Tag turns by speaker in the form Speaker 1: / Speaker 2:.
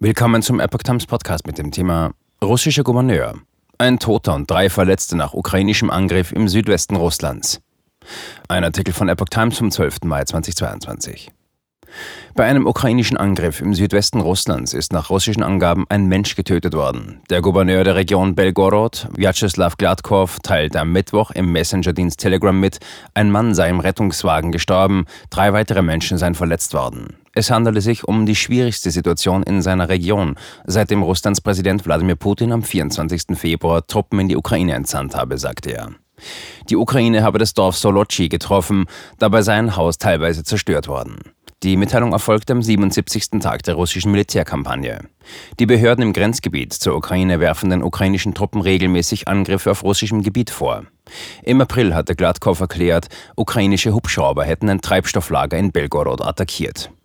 Speaker 1: Willkommen zum Epoch Times Podcast mit dem Thema russischer Gouverneur. Ein Toter und 3 Verletzte nach ukrainischem Angriff im Südwesten Russlands. Ein Artikel von Epoch Times vom 12. Mai 2022. Bei einem ukrainischen Angriff im Südwesten Russlands ist nach russischen Angaben ein Mensch getötet worden. Der Gouverneur der Region Belgorod, Vyacheslav Gladkov, teilte am Mittwoch im Messenger-Dienst Telegram mit, ein Mann sei im Rettungswagen gestorben, 3 weitere Menschen seien verletzt worden. Es handele sich um die schwierigste Situation in seiner Region, seitdem Russlands Präsident Wladimir Putin am 24. Februar Truppen in die Ukraine entsandt habe, sagte er. Die Ukraine habe das Dorf Solotchi getroffen, dabei sei ein Haus teilweise zerstört worden. Die Mitteilung erfolgte am 77. Tag der russischen Militärkampagne. Die Behörden im Grenzgebiet zur Ukraine werfen den ukrainischen Truppen regelmäßig Angriffe auf russischem Gebiet vor. Im April hatte Gladkov erklärt, ukrainische Hubschrauber hätten ein Treibstofflager in Belgorod attackiert.